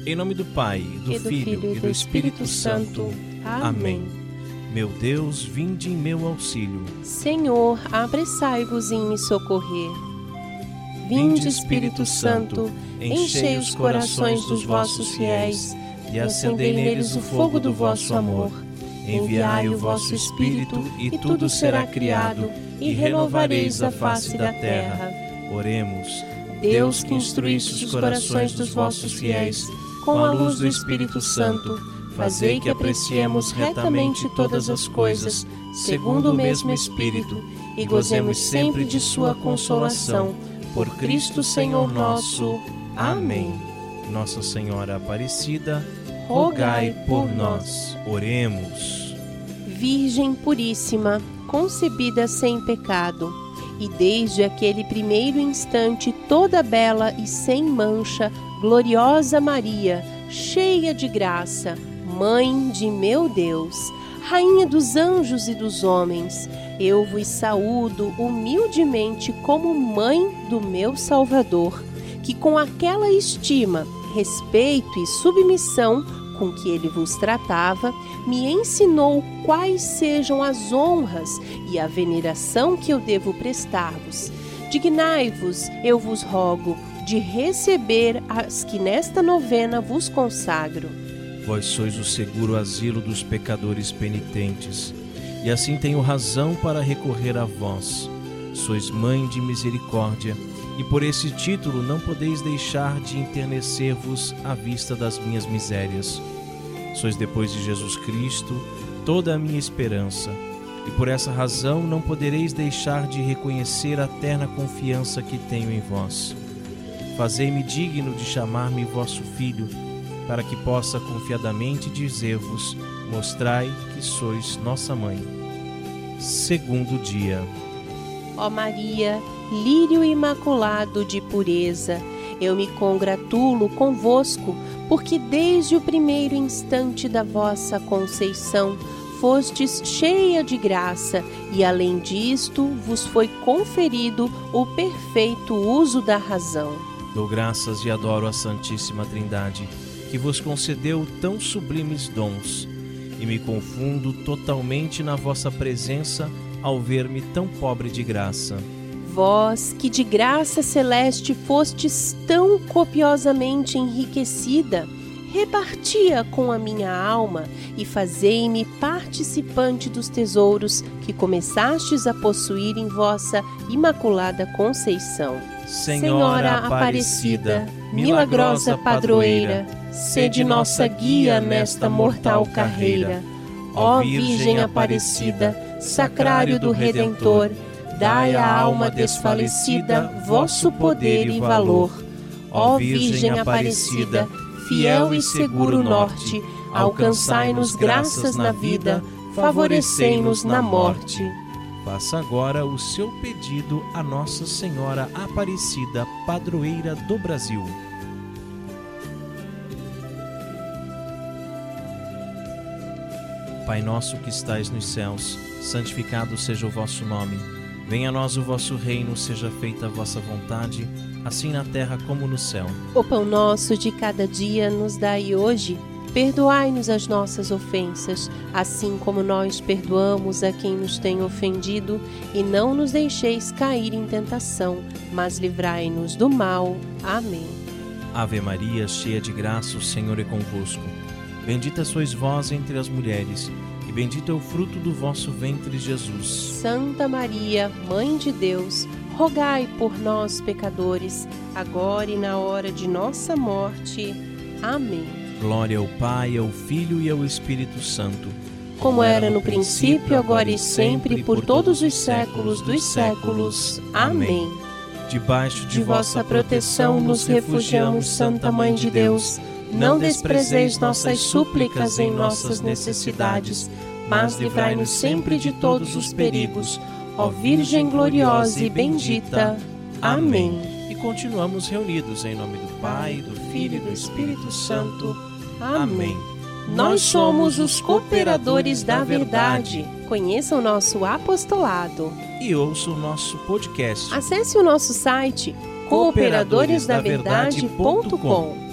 Em nome do Pai, do Filho e do Espírito Santo. Amém. Meu Deus, vinde em meu auxílio. Senhor, apressai-vos em me socorrer. Vinde, Espírito Santo, enchei os corações dos vossos fiéis e acendei neles o fogo do vosso amor. Enviai o vosso Espírito e tudo será criado e renovareis a face da terra. Oremos. Deus, que instruísse os corações dos vossos fiéis com a luz do Espírito Santo, fazei que apreciemos retamente todas as coisas, segundo o mesmo Espírito, e gozemos sempre de sua consolação. Por Cristo Senhor nosso. Amém. Nossa Senhora Aparecida, rogai por nós. Oremos. Virgem puríssima, concebida sem pecado, e desde aquele primeiro instante toda bela e sem mancha, gloriosa Maria, cheia de graça, Mãe de meu Deus, Rainha dos anjos e dos homens, eu vos saúdo humildemente como Mãe do meu Salvador, que com aquela estima, respeito e submissão com que ele vos tratava, me ensinou quais sejam as honras e a veneração que eu devo prestar-vos. Dignai-vos, eu vos rogo, de receber as que nesta novena vos consagro. Vós sois o seguro asilo dos pecadores penitentes, e assim tenho razão para recorrer a vós. Sois Mãe de misericórdia, e por esse título não podeis deixar de enternecer-vos à vista das minhas misérias. Sois, depois de Jesus Cristo, toda a minha esperança, e por essa razão não podereis deixar de reconhecer a terna confiança que tenho em vós. Fazei-me digno de chamar-me vosso filho, para que possa confiadamente dizer-vos: mostrai que sois nossa mãe. Segundo dia. Ó Maria, lírio imaculado de pureza, eu me congratulo convosco, porque desde o primeiro instante da vossa conceição fostes cheia de graça, e além disto vos foi conferido o perfeito uso da razão. Dou graças e adoro a Santíssima Trindade, que vos concedeu tão sublimes dons, e me confundo totalmente na vossa presença ao ver-me tão pobre de graça. Vós, que de graça celeste fostes tão copiosamente enriquecida, repartia com a minha alma e fazei-me participante dos tesouros que começastes a possuir em vossa Imaculada Conceição. Senhora Aparecida, milagrosa padroeira, sede nossa guia nesta mortal carreira. Ó Virgem Aparecida, Sacrário do Redentor, dai à alma desfalecida vosso poder e valor. Ó Virgem Aparecida, fiel e seguro norte, alcançai-nos graças na vida, favorecei-nos na morte. Faça agora o seu pedido a Nossa Senhora Aparecida, padroeira do Brasil. Pai nosso que estais nos céus, santificado seja o vosso nome. Venha a nós o vosso reino, seja feita a vossa vontade, assim na terra como no céu. O pão nosso de cada dia nos dai hoje. Perdoai-nos as nossas ofensas, assim como nós perdoamos a quem nos tem ofendido, e não nos deixeis cair em tentação, mas livrai-nos do mal. Amém. Ave Maria, cheia de graça, o Senhor é convosco. Bendita sois vós entre as mulheres, e bendito é o fruto do vosso ventre, Jesus. Santa Maria, Mãe de Deus, rogai por nós, pecadores, agora e na hora de nossa morte. Amém. Glória ao Pai, ao Filho e ao Espírito Santo, como era no princípio, agora e sempre, por todos os séculos dos séculos. Amém. Debaixo de vossa proteção nos refugiamos, Santa Mãe de Deus. Não desprezeis nossas súplicas em nossas necessidades, mas livrai-nos sempre de todos os perigos. Ó Virgem gloriosa e bendita. Amém. E continuamos reunidos em nome do Pai, do Filho e do Espírito Santo. Amém. Nós somos os cooperadores da verdade. Conheça o nosso apostolado e ouça o nosso podcast. Acesse o nosso site cooperadoresdaverdade.com.